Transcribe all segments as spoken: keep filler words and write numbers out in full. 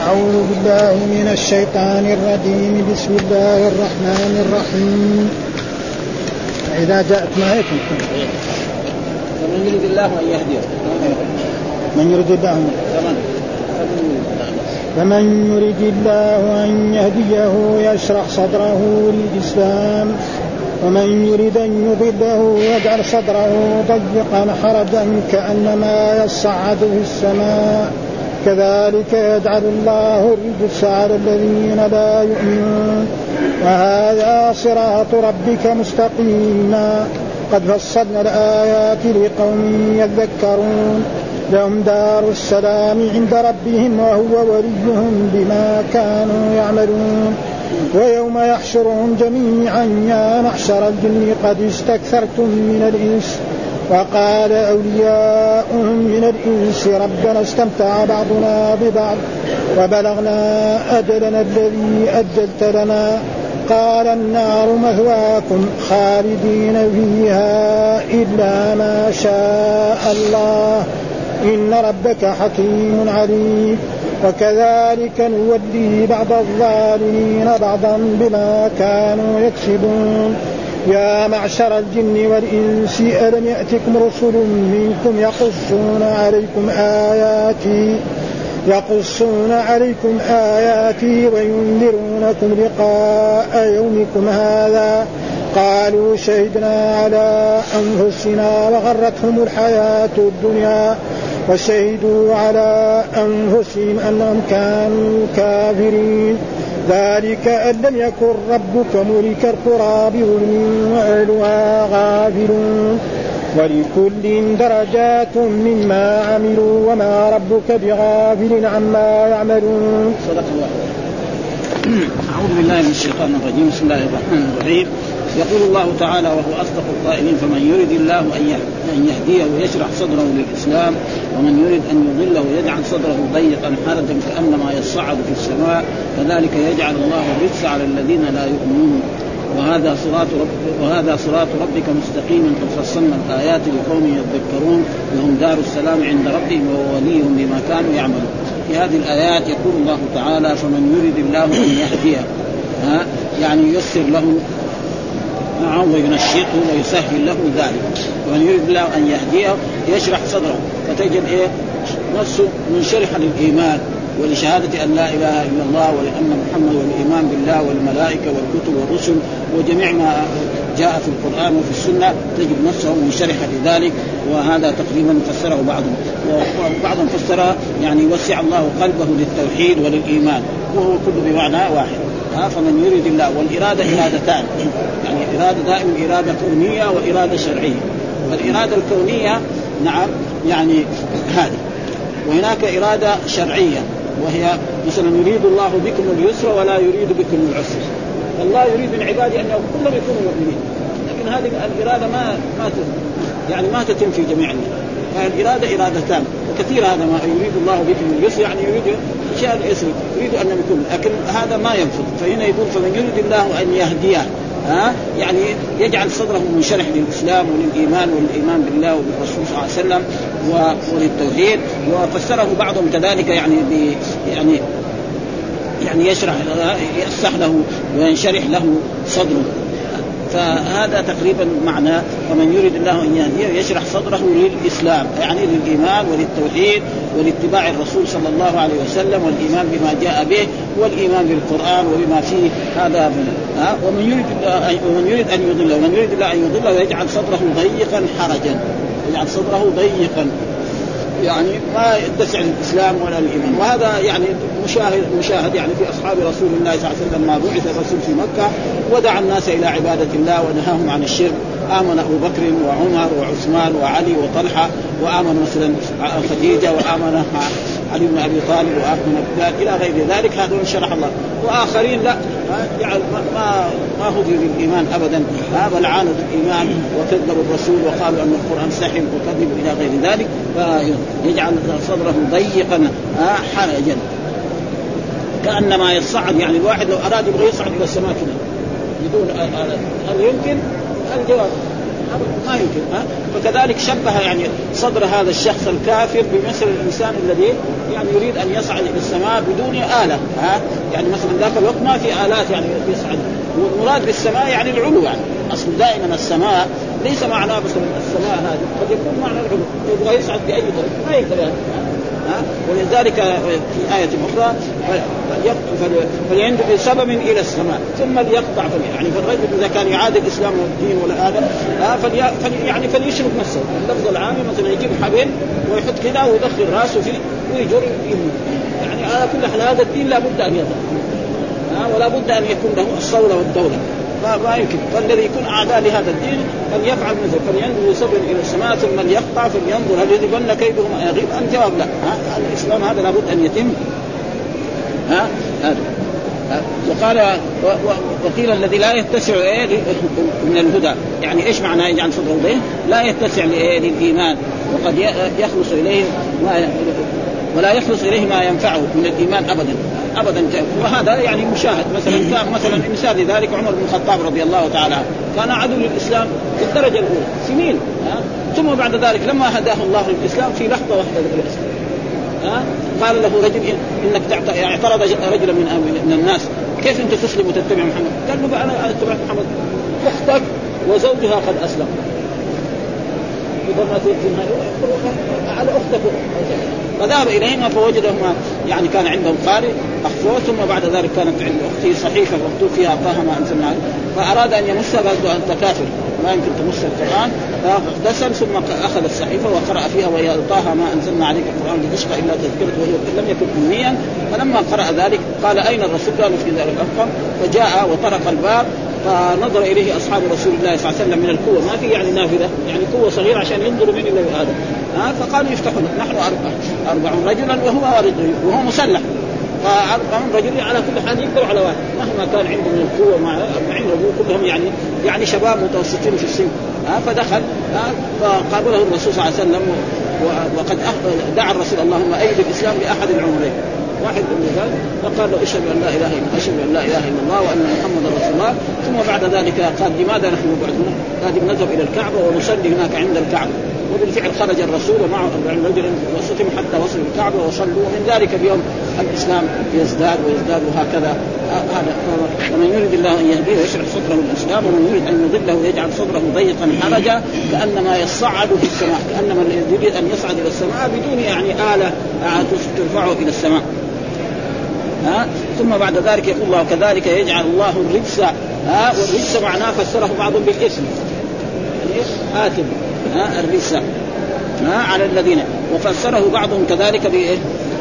أعوذ بالله من الشيطان الرجيم. بسم الله الرحمن الرحيم. إذا جاءت معكم فمن يريد الله أن يهديه من يريد الله فمن يريد الله أن يهديه يشرح صدره للإسلام ومن يريد أن يضله يجعل صدره ضيقا حرجا كأنما يصعد في السماء كذلك يجعل الله الرجس على الذين لا يؤمنون وهذا صراط ربك مستقيما قد فصلنا الآيات لقوم يذكرون لهم دار السلام عند ربهم وهو وليهم بما كانوا يعملون ويوم يحشرهم جميعا يا معشر الجن قد استكثرتم من الإنس وقال أولياؤهم من الإنس ربنا استمتع بعضنا ببعض وبلغنا أجلنا الذي أجلت لنا قال النار مثواكم خالدين فيها إلا ما شاء الله إن ربك حكيم عليم وكذلك نولي بعض الظالمين بعضا بما كانوا يكسبون يا معشر الجن والإنس ألم يأتكم رسل منكم يقصون عليكم آياتي يقصون عليكم آياتي وينذرونكم لقاء يومكم هذا قالوا شهدنا على أنفسنا وغرتهم الحياة الدنيا وشهدوا على أنفسهم أنهم كانوا كافرين ذلك أن لم يكن ربك ملك القرى بظلم وأهلها غافلون ولكل درجات مما عملوا وما ربك بغافل عما يعملون. صدق الله. أعوذ بالله من الشيطان الرجيم. بسم الله الرحمن الرحيم. يقول الله تعالى وهو أصدق القائلين فمن يريد الله أن يهديه ويشرح صدره للإسلام ومن يريد أن يضله يجعل صدره ضيقا حرجا كأنما يصعد في السماء كذلك يجعل الله الرجس على الذين لا يؤمنون وهذا صراط رب وهذا صراط ربك مستقيما قد فصلنا الآيات لقوم يذكرون لهم دار السلام عند ربهم وهو وليهم بما كانوا يعملون. في هذه الآيات يقول الله تعالى فمن يريد الله أن يهديه ها يعني ييسر له وينشطه ويسهل له ذلك ومن يريد الله أن يهديه يشرح صدره فتجد إيه نفسه منشرحا للإيمان ولشهادة أن لا إله إلا الله ولأن محمد والإيمان بالله والملائكة والكتب والرسل وجميع ما جاء في القرآن وفي السنة تجد نفسه منشرحا لذلك. وهذا تقريبا فسره بعضهم وبعضهم فسر يعني وسع الله قلبه للتوحيد وللإيمان وهو كله بمعنى واحد. ها فمن يريد الله والإرادة إرادتان يعني إرادة دائما إرادة كونية وإرادة شرعية. والإرادة الكونية نعم يعني هذه وهناك إرادة شرعية وهي مثلا يريد الله بكم اليسر ولا يريد بكم العسر. الله يريد من عباده أن كلهم يكونوا مؤمنين لكن هذه الإرادة ما ما يعني ما تتم في جميع الناس. فالإرادة إرادتان وكثير هذا ما يريد الله بكم اليسر يعني يريد شيء اليسر يريد أن يكون لكن هذا ما ينفذ. فهنا يقول فمن يريد الله أن يهديه ها يعني يجعل صدره منشرح للإسلام وللإيمان والإيمان بالله وبالرسول صلى الله عليه وسلم وللتوحيد. وفسره بعضهم كذلك يعني يعني يعني يشرح يفسح له وينشرح له صدره. فهذا تقريبا معنى ومن يريد الله أن يهديه يشرح صدره للإسلام يعني للإيمان وللتوحيد ولاتباع الرسول صلى الله عليه وسلم والإيمان بما جاء به والإيمان بالقرآن وبما فيه هذا ها ومن يريد ومن يريد أن يضله ومن يريد الله أن يضله يجعل صدره ضيقا حرجا يجعل صدره ضيقا يعني ما يتسع الإسلام ولا الإيمان. وهذا يعني مشاهد مشاهد يعني في أصحاب رسول الله صلى الله عليه وسلم ما بعث الرسول في مكة ودعا الناس إلى عبادة الله ونهاهم عن الشرك. آمن أبو بكر وعمر وعثمان وعلي وطلحة وآمن مثلا خديجة وآمن علي بن أبي طالب وآمن بلال إلى غير ذلك. هذا انشرح الله. وآخرين لا يعني ما ما هدوا للإيمان أبدا بل عاندوا الإيمان وكذبوا الرسول وقالوا أن القرآن سحر وكذبوا إلى غير ذلك. فيجعل صدره ضيقا حرجا كأنما يصعد يعني الواحد لو أراد يبغى يصعد إلى السماء كده بدون هل يمكن؟ الجواب ما يمكن. ها فكذلك شبه يعني صدر هذا الشخص الكافر بمثل الإنسان الذي يعني يريد أن يصعد إلى السماء بدون آلة. ها يعني مثلا ذاك الوقت ما في آلات يعني يصعد، والمراد بالسماء يعني العلو. يعني أصل دائما السماء ليس معناه بس السماء هذه، قد يكون معنى العلو، يبغى يصعد بأي طريقة ما يقدر. ها ولذلك في آية أخرى فلينظر بسبب إلى السماء ثم ليقطع. يعني فالرجل إذا كان يعادي الإسلام والدين ولا هذا فلي يعني فليشرك نفسه. اللفظ العام مثلا يجيب حبل ويحط كذا ويدخل راسه فيه ويجر يموت. يعني على كل حال هذا الدين لا بد أن يظهر، ولا بد أن يكون له الصولة والدولة، ما يمكن. فالذي يكون أعداء لهذا الدين فليفعل مثل فلينظر بسبب إلى السماء ثم ليقطع فلينظر هل يذهبن كيدهم يغيب. الجواب لا. ها الإسلام هذا لا بد أن يتم. ها هذا وقال وقيل الذي لا يتسع من الهدى. يعني ايش معنى يجعل صدره ضيق؟ لا يتسع للايمان وقد يخلص اليه ما ولا يخلص اليه ما ينفعه من الايمان ابدا ابدا. وهذا يعني مشاهد. مثلا كان مثلا مثال لذلك عمر بن الخطاب رضي الله تعالى عنه كان عدو للاسلام في الدرجه الاولى سنين. ثم بعد ذلك لما هداه الله للاسلام في لحظه واحده للاسلام ها قال له رجل انك اعترض رجلا من من الناس كيف انت تسلم وتتبع محمد؟ قال له انا اتبع محمد. اختك وزوجها قد اسلم فما على اختك. فذهب اليهما فوجدهما يعني كان عندهم قارئ اخفوه. ثم بعد ذلك كانت عند اختي صحيفه مكتوب فيها طه ما انزلنا، فاراد ان يمسها قال له انت كافر ما يمكن تمس القرآن. فاغتسل ثم أخذ الصحيفة وقرأ فيها وهي طه ما أنزلنا عليك القرآن لتشقى إلا تذكرة وهو لم يكن أمنيا. فلما قرأ ذلك قال أين الرسول؟ قالوا في ذلك الأرقم. فجاء وطرق الباب فنظر إليه أصحاب رسول الله صلى الله عليه وسلم من القوة، ما في يعني نافذة يعني قوة صغيرة عشان ينظروا من إلى هذا. ها فقالوا يفتحوا نحن أربعة أربعون رجلا وهو وهو مسلح، فأربعون رجل على كل حال يقدروا على واحد مهما كان عنده من القوة مع أربعين رجل كلهم يعني يعني شباب متوسطين في السن. ها فدخل فقابله الرسول صلى الله عليه وسلم وقد دعا الرسول اللهم أيد الإسلام بأحد العمرين. واحد من ذلك فقال له اشهد ان لا اله الا اشهد ان لا اله الا الله وان محمدا رسول الله. ثم بعد ذلك قال لماذا نحن بعدنا؟ قال نذهب الى الكعبه ونصلي هناك عند الكعبه. وبالفعل خرج الرسول ومعه أربعين رجلا وسطهم حتى وصلوا الكعبه وصلوا. ومن ذلك اليوم الاسلام يزداد ويزداد وهكذا. هذا ومن يريد الله ان يهديه ويشرح صدره للاسلام ومن يريد ان يضله ويجعل صدره ضيقا حرجا كانما يصعد في السماء، كانما يريد ان يصعد الى السماء بدون يعني آلة ترفعه الى السماء. ها ثم بعد ذلك يقول الله كذلك يجعل الله الرجس. ها والرجس معناه فسره بعضهم بالاسم يعني آثم. ها الرجس ها على الذين وفسره بعضهم كذلك بايه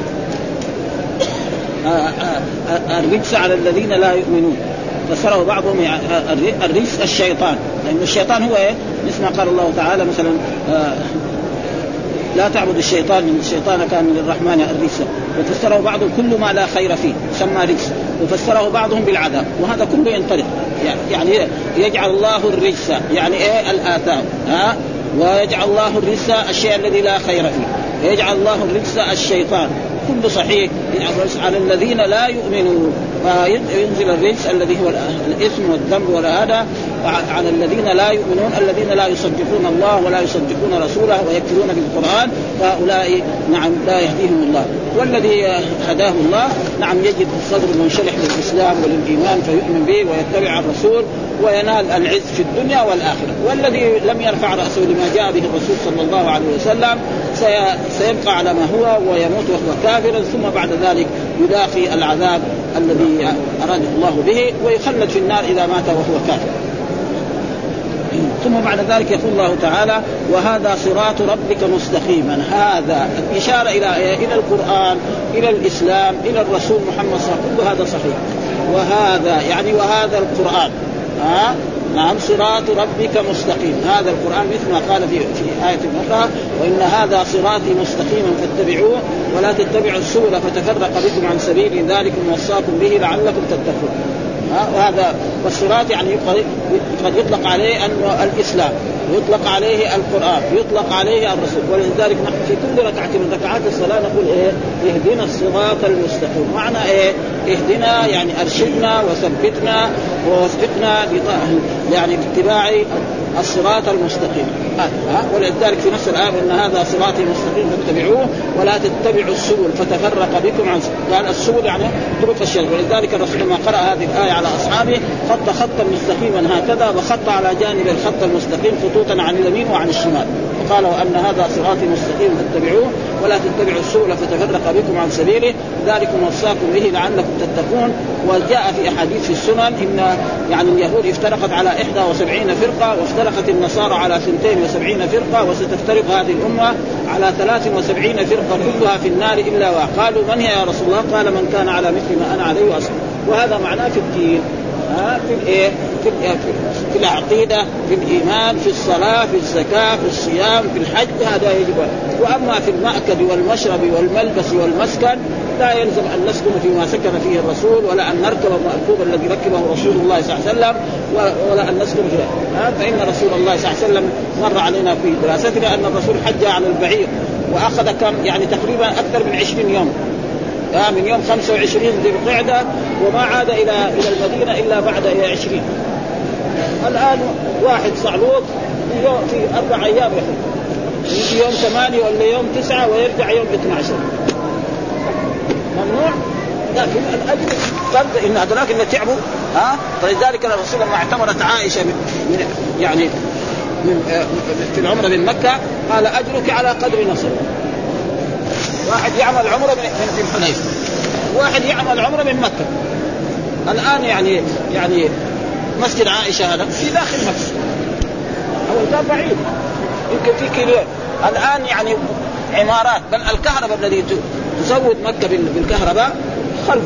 الرجس على الذين لا يؤمنون. فسره بعضهم الرجس الشيطان، لأن يعني الشيطان هو إيه؟ مثل ما قال الله تعالى مثلا لا تعبد الشيطان إن الشيطان كان للرحمن الرجس. وفسره بعضهم كل ما لا خير فيه سمى رجس. وفسره بعضهم بالعذاب، وهذا كله ينطلق يعني يجعل الله الرجس يعني إيه الآثام. ها ويجعل الله الرجس الشيء الذي لا خير فيه، ويجعل الله الرجس الشيطان كل صحيح على الذين لا يؤمنون. فينزل الرجس الذي هو الإثم والذنب ولا هذا على الذين لا يؤمنون الذين لا يصدقون الله ولا يصدقون رسوله ويكفرون بالقرآن، فهؤلاء نعم لا يهديهم الله. والذي هداه الله نعم يجد الصدر منشرح للإسلام وللإيمان فيؤمن به ويتبع الرسول وينال العز في الدنيا والآخرة. والذي لم يرفع رأسه لما جاء به الرسول صلى الله عليه وسلم سيبقى على ما هو ويموت وهو كافرا، ثم بعد ذلك يلاقي العذاب الذي أراده الله به ويخلد في النار إذا مات وهو كافر. ثم بعد ذلك يقول الله تعالى وهذا صراط ربك مستقيما. هذا إشارة إلى إلى القرآن إلى الإسلام إلى الرسول محمد صلى الله عليه وسلم، كل هذا صحيح. وهذا يعني وهذا القرآن ها نعم صراط ربك مستقيم. هذا القرآن مثل ما قال في في آية أخرى وإن هذا صراطي مستقيما فاتبعوه ولا تتبعوا السبل فتفرق بكم عن سبيل ذلكم وصاكم به لعلكم تتقون. وهذا والصراط يعني قد يطلق عليه أنه الإسلام، يطلق عليه القرآن، يطلق عليه الرسول. ولذلك نحن في كل ركعة من ركعات الصلاة نقول إيه اهدنا الصراط المستقيم. معنى إيه اهدنا يعني أرشدنا وثبتنا ووفقنا يعني باتباع الصراط المستقيم. ها ولذلك في نفس الآية إن هذا صراطي مستقيم فاتبعوه ولا تتبعوا السبل فتفرق بكم عن سبيله. قال السبل يعني طرق الشر. ولذلك الرسول لما قرأ هذه الآية على أصحابه خط خطا مستقيما هكذا وخط على جانب الخط المستقيم خطوطا عن اليمين وعن الشمال وقال وأن هذا صراطي مستقيم فاتبعوه ولا تتبعوا السبل فتفرق بكم عن سبيله ذلكم وصاكم به لعلكم تتقون. وجاء في أحاديث في السنن إن يعني اليهود افترقت على إحدى وسبعين فرقة وافترقت النصارى على اثنتين وسبعين فرقة وستفترق هذه الأمة على ثلاث وسبعين فرقة كلها في النار إلا واحد. قالوا من هي يا رسول الله؟ قال من كان على مثل ما أنا عليه وأصحابي. وهذا معناه في الدين ها في الإيه في, في العقيدة في الإيمان في الصلاة في الزكاة في الصيام في الحج هذا يجب. وأما في المأكل والمشرب والملبس والمسكن لا يلزم أن نسكن فيما سكن فيه الرسول ولا أن نركب المركوب الذي ركبه رسول الله صلى الله عليه وسلم ولا أن نسكن فيه. فإن رسول الله صلى الله عليه وسلم مر علينا في دراستنا أن الرسول حج على البعير وأخذ كم يعني تقريبا أكثر من عشرين يوم من يوم خمسة وعشرين ذي القعدة وما عاد إلى إلى المدينة إلا بعد عشرين. الآن واحد صعلوك في أربع أيام يجي يوم ثمانية ولا يوم تسعة ويرجع يوم اثنا عشر ممنوع. لكن الأجر فرض إن هذولاك اللي تعبوا ها. فلذلك الرسول لما اعتمرت عائشة من يعني من في العمرة من مكة قال أجرك على قدر نصر. واحد يعمل عمرة من الحنيفة واحد يعمل عمرة من مكة. الآن يعني يعني مسجد عائشة هذا في داخل مكة أول كان بعيد يمكن في كيلو. الآن يعني عمارات بل الكهرباء الذي تزود مكة بالكهرباء خلف.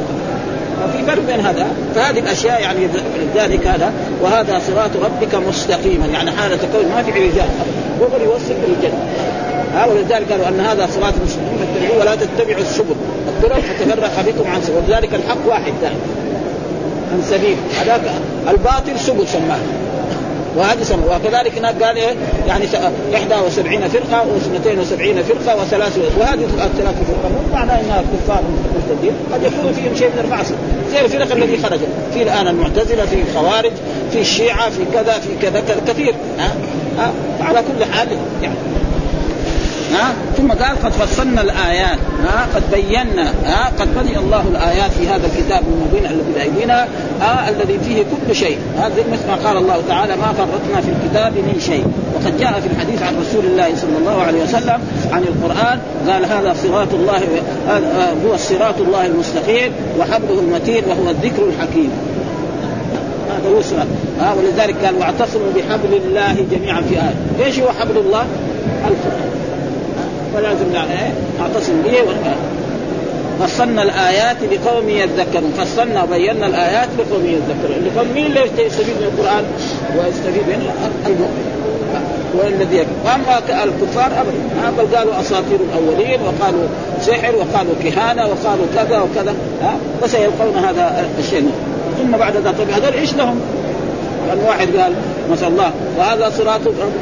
في فرق بين هذا. فهذه الأشياء يعني ذلك هذا وهذا صراط ربك مستقيما يعني حالة كون ما في رجال وهو يوصل بالجنة. ولذلك قالوا أن هذا صراط مستقيم فاتبعوه ولا تتبعوا السبل الطرق فتفرق بكم عن سبيل. ولذلك الحق واحد دائما عن سبيل هذاك الباطل سبل سماه وهذه سماه. وكذلك هناك قال إيه يعني إحدى وسبعين فرقة واثنتين وسبعين فرقة وثلاث وهذه الثلاث فرقة مو معناه أنها كفار مرتدين قد يكون فيهم شيء من المعصية زي الفرق الذي خرجوا في الآن المعتزلة في الخوارج في الشيعة في كذا في كذا كثير ها ها على كل حال يعني ها. ثم قال قد فصلنا الآيات ها قد بينا ها قد بين الله الآيات في هذا الكتاب المبين الذي بأيدينا ها الذي فيه كل شيء. هذا مثل ما قال الله تعالى ما فرطنا في الكتاب من شيء. وقد جاء في الحديث عن رسول الله صلى الله عليه وسلم عن القرآن قال هذا صراط الله هو الصراط الله المستقيم وحبله المتين وهو الذكر الحكيم. هذا هو الصراط ها. ولذلك قال واعتصموا بحبل الله جميعا في آية. ايش هو حبل الله؟ القرآن. فلازم نعتصم به. فصلنا الآيات لقوم يذكرون. فصلنا وبينا الآيات لقوم يذكرون. لقوم مين اللي يستفيد من القرآن ويستفيد من المؤمن والذي يكفر. وأما الكفار أبدا بل قالوا أساطير الأولين وقالوا سحر وقالوا كهانة وقالوا كذا وكذا ها. فسيلقون هذا الشيء. ثم بعد ذلك طيب هذول إيش لهم؟ لأن واحد قال مثلا الله وهذا صراط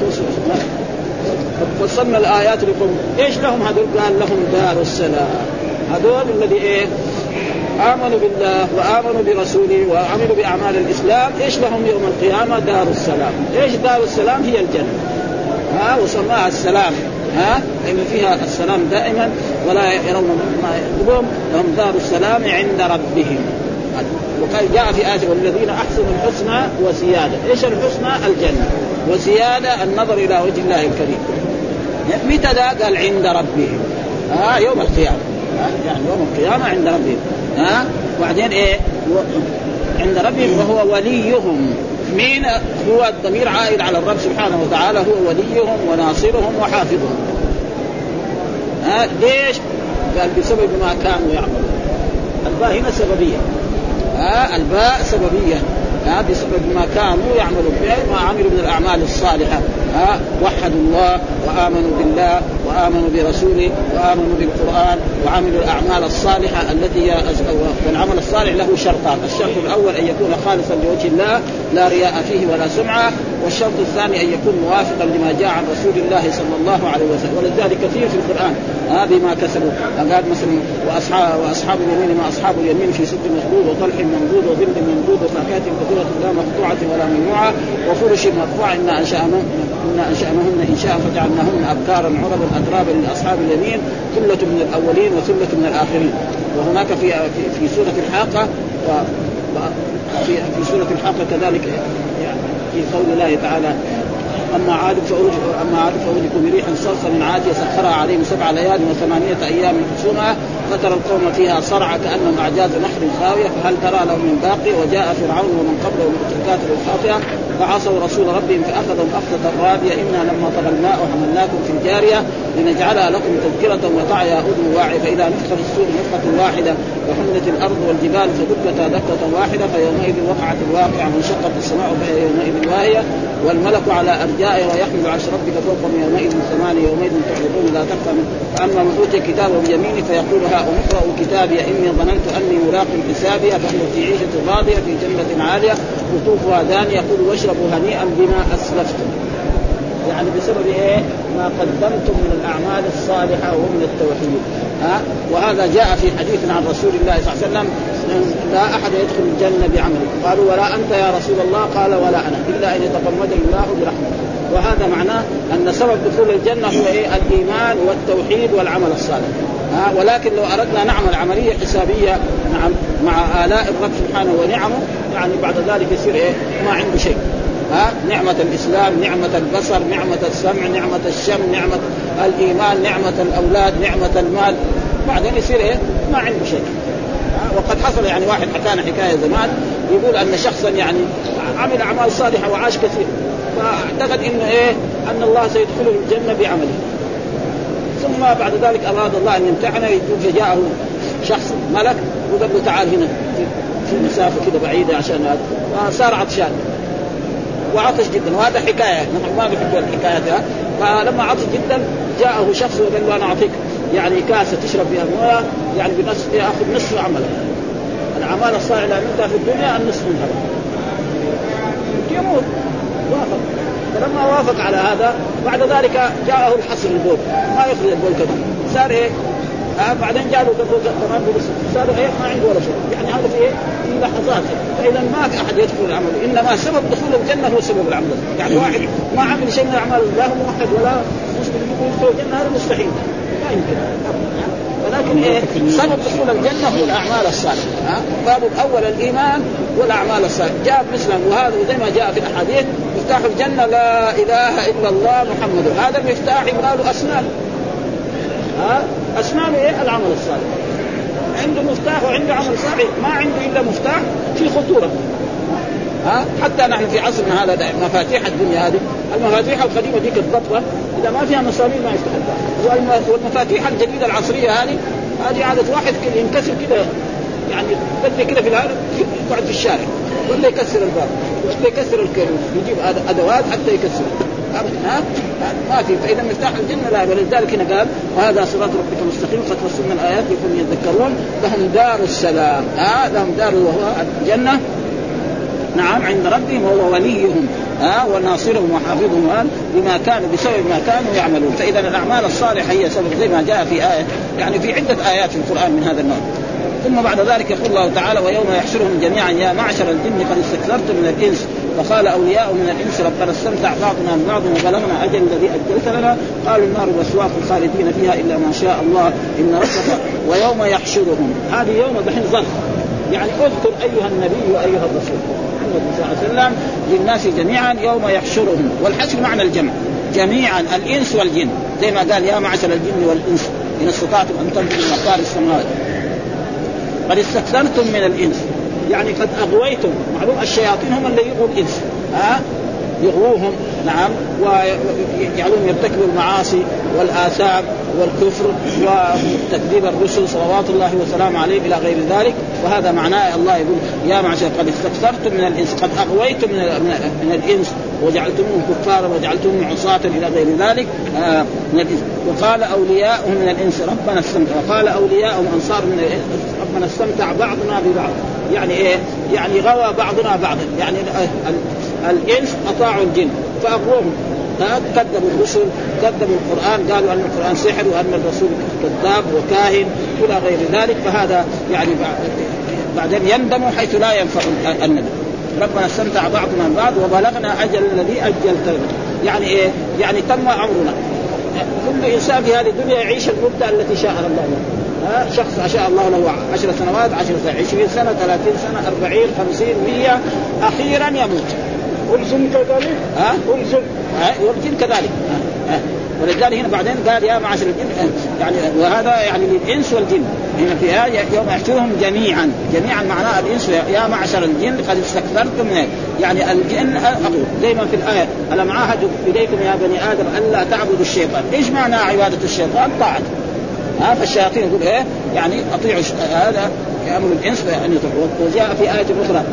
فصلنا الآيات لكم إيش لهم هذول؟ قال لهم دار السلام. هذول الذي إيه آمنوا بالله وآمنوا برسوله وعملوا بأعمال الإسلام إيش لهم يوم القيامة؟ دار السلام. إيش دار السلام؟ هي الجنة ها. وسماها السلام ها لأن فيها السلام دائما ولا يرون ما يطلبون. لهم دار السلام عند ربهم. وقال جاء في آية والذين أحسنوا الحسنى وزيادة. إيش الحسنى؟ الجنة وزيادة النظر إلى وجه الله الكريم. متى ذا؟ قال عند ربهم ها يوم القيامة يعني يوم القيامة عند ربهم ها. وبعدين إيه عند ربهم وهو وليهم. مين هو؟ الضمير عائد على الرب سبحانه وتعالى هو وليهم وناصرهم وحافظهم ها. ليش؟ قال بسبب ما كانوا يعملون. الباء هنا سببية ها. الباء سببية ها بسبب ما كانوا يعملون ما عملوا من الأعمال الصالحة ها. وحدوا الله وآمنوا بالله وآمنوا برسوله وآمنوا بالقرآن وعملوا الأعمال الصالحة التي هي والعمل الصالح له شرطان. الشرط الأول أن يكون خالصا لوجه الله لا رياء فيه ولا سمعة، والشرط الثاني أن يكون موافقا لما جاء عن رسول الله صلى الله عليه وسلم. ولذلك كثير في القرآن هذه ما كسبوا قال مثلا وأصحاب, وأصحاب اليمين ما أصحاب اليمين في سد مخلود وطلح منضود وظل منضود وفاكهة كثيرة لا مقطوعة ولا ممنوعة وفرش مرفوعة إنا أنشأناهن إنا أنشأناهن إن شاء فجعلناهن أبكارا عربا أترابا لأصحاب اليمين ثلة من الأولين وثلة من الآخرين. وهناك في في, في سورة الحاقة في في سورة الحاقة كذلك يعني في قول الله تعالى أما عاد فأرج أما عاد فأرجكم بريح صرصر عاتية سخرها عليهم سبع ليال وثمانية أيام حسوما فترى القوم فيها صرعى كأنهم أعجاز نخل خاوية فهل ترى لهم من باقي وجاء فرعون ومن قبله والمؤتفكات بالخاطئة فعصوا رسول ربهم فأخذهم أخذة رابية إنا لما طغى الماء وحملناكم في الجارية لنجعلها لكم تذكرة وتعيها أذن واعية فإذا نفخ في الصور نفخة واحدة وحملت الأرض والجبال فدكتا دكة واحدة فيومئذ وقعت الواقعة وانشقت السماء فهي يومئذ واهية والملك على أرجائها ويحمل عرش ربك فوقهم يومئذ ثمانية يومئذ تعرضون لا تخفى فأما من أوتي كتابه بيمينه فيقول هاؤم اقرءوا كتابي إني ظننت أني ملاق حسابي فهو في عيشة راضية في جنة عالية قطوفها دانية يقول واشربوا هنيئا بما أسلفتم يعني بسبب إيه ما قدمتم من الأعمال الصالحة ومن التوحيد. ها وهذا جاء في حديث عن رسول الله صلى الله عليه وسلم لا أحد يدخل الجنة بعمله قالوا ولا أنت يا رسول الله قال ولا أنا إلا أن يتغمدني الله برحمته. وهذا معناه أن سبب دخول الجنة هو إيه الإيمان والتوحيد والعمل الصالح. ها ولكن لو أردنا نعمل عملية حسابية نعم مع آلاء الرب سبحانه ونعمه يعني بعد ذلك يصير إيه ما عنده شيء. ها نعمة الإسلام نعمة البصر نعمة السمع نعمة الشم نعمة الإيمان نعمة الأولاد نعمة المال بعدين يصير إيه ما عنده شيء. وقد حصل يعني واحد حكانا حكاية زمان يقول أن شخصا يعني عمل أعمال صالحة وعاش كثير فاعتقد إنه إيه أن الله سيدخله الجنة بعمله ثم بعد ذلك أراد الله أن يمتحنه فجاءه شخص ملك وقال له تعال هنا في مسافة كده بعيدة عشان هذا فصار عطشان وعطش جدا وهذا حكاية نحن ما بنحب الحكايات فلما عطش جدا جاءه شخص وقال له أنا أعطيك يعني كاسة تشرب فيها الماء يعني بنص يأخذ نصف عمله الأعمال الصالحة اللي عملتها في الدنيا النصف منها يموت وافق. فلما وافق على هذا بعد ذلك جاءه الحصر البول ما يخرج البول كمان صار إيه آه بعدين جاء له كمان صار إيه ما عنده ولا شيء يعني هذا في إيه في لحظات. فإذا ما في أحد يدخل العمل إنما سبب دخول الجنة هو سبب العمل يعني واحد ما عمل شيء من الأعمال لا هو موحد ولا مسلم يدخل الجنة هذا مستحيل لا يمكن. ولكن إيه سبب دخول الجنة هو الأعمال الصالحة. ها باب الأول الإيمان والأعمال الصالحة جاء مثلا وهذا وزي ما جاء في الأحاديث مفتاح الجنة لا إله إلا الله محمد هذا المفتاح يقال أسنان. ها أسنان إيه العمل الصالح عنده مفتاح وعنده عمل صالح ما عنده إلا مفتاح في خطورة. ها حتى نحن في عصرنا هذا مفاتيح الدنيا هذه المفاتيح القديمة ديك الضبطة إذا ما فيها مسامير ما يفتح الباب والمفاتيح الجديدة العصرية هذه هذه عادة واحد كده ينكسر كده يعني بدي كده في العالم يقعد في الشارع ولا يكسر الباب ولا يكسر الكريم يجيب أدوات حتى يكسر ها ما في. فإذا مفتاح الجنة لا ولذلك هنا قال وهذا صراط ربك المستقيم قد فصلنا الآيات لكم يذكرون لهم دار السلام. ها لهم دار وهو الجنة نعم عند ربهم وهو وليهم ها وناصرهم وحافظهم بما كانوا بسبب ما كانوا يعملون. فإذا الأعمال الصالحة هي سبب زي ما جاء في آية يعني في عدة آيات في القرآن من هذا النوع. ثم بعد ذلك يقول الله تعالى ويوم يحشرهم جميعا يا معشر الجن قد استكثرتم من الإنس فقال أولياء من الإنس ربنا استمتع بعضنا ببعض وبلغنا أجل الذي أجلت لنا قالوا النار مسواكم خالدين فيها إلا ما شاء الله إن ربك ويوم يحشرهم هذه يوم دحين ظرف يعني اذكر أيها النبي وأيها الرسول محمد صلى الله عليه وسلم للناس جميعا يوم يحشرهم والحشر معنى الجمع جميعا الإنس والجن زي ما قال يا معشر الجن والإنس إن استطعتم أن تنفذوا من أقطار السماوات قد استكثرتم من الإنس يعني قد أغويتم معلوم الشياطين هم اللي يغوا الإنس ها يغووهم نعم ويجعلون يرتكبوا المعاصي والآثام والكفر وتكذيب الرسل صلوات الله وسلامه عليه إلى غير ذلك. وهذا معناه الله يقول يا معشر قد استكثرتم من الإنس قد أغويتم من, من الإنس وجعلتموهم كفارا وجعلتموهم عصاة إلى غير ذلك آه من الإنس. وقال أولياؤهم من الإنس ربنا استمتع وقال أولياؤهم أنصار من الإنس ربنا استمتع بعضنا ببعض يعني إيه يعني غوى بعضنا بعضا يعني الإنس أطاعوا الجن فأغوهم كذبوا الرسل كذبوا القرآن قالوا أن القرآن سحر وأن الرسول كذاب وكاهن إلى غير ذلك. فهذا يعني بعدين يندموا حيث لا ينفع الندم. ربنا استمتع بعضنا بعض وبلغنا أجل الذي أجلت يعني إيه يعني تم أمرنا. كل إنسان في هذه الدنيا يعيش المدة التي شاء الله له. ها شخص شاء الله له عشر سنوات عشر سنة عشرين سنة ثلاثين سنة أربعين خمسين مية أخيرا يموت. والجن كذلك ها والجن والجن كذلك ها ولذلك هنا بعدين قال يا معشر الجن يعني وهذا يعني للإنس والجن هنا في آية يوم يحشرهم جميعا جميعا معناه الإنس يا معشر الجن قد استكثرتم من يعني الجن زي ما في الآية ألم عاهد إليكم يا بني آدم ألا تعبدوا الشيطان. إيش معنى عبادة الشيطان؟ طاعة. ها فالشياطين يقول إيه يعني أطيعوا هذا أمر الإنس يعني. وجاء في آية أخرى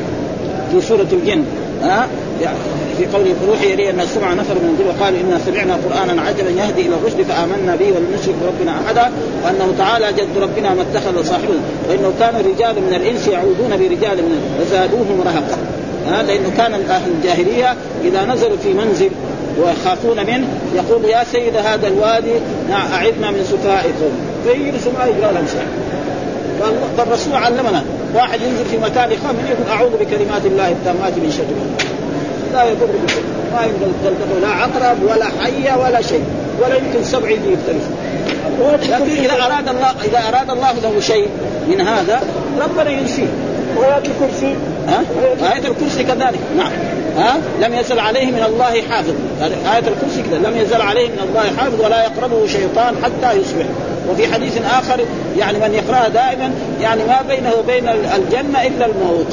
في سورة الجن ها يعني في قوله روحي إلي أن سمع نفر من الجن وقالوا إنا سمعنا قرآنا عجبا يهدي إلى الرشد فآمنا به ولن نشرك بربنا أحدا وأنه تعالى جد ربنا ما اتخذ صاحبا وإنه كان رجال من الإنس يعودون برجال من وزادوهم رهقا. هذا لأنه كان أهل الجاهلية إذا نزلوا في منزل ويخافون منه يقول يا سيد هذا الوادي أعذنا من سفائكم فيجلسوا ما يجرى لهم شيء. فالرسول علمنا واحد ينزل في مكان يخاف منه يقول أعوذ بكلمات الله التامات من شر لا يضر بشيء ما يمكن لا عقرب ولا حية ولا شيء ولا يمكن سبع يدي يفترس. لكن إذا أراد الله إذا أراد الله له شيء من هذا ربنا ينفيه. وآية الكرسي ها آية الكرسي كذلك نعم ها لم يزل عليه من الله حافظ. آية الكرسي كذا لم يزل عليه من الله حافظ ولا يقربه شيطان حتى يصبح. وفي حديث آخر يعني من يقرأ دائما يعني ما بينه وبين الجنة إلا الموت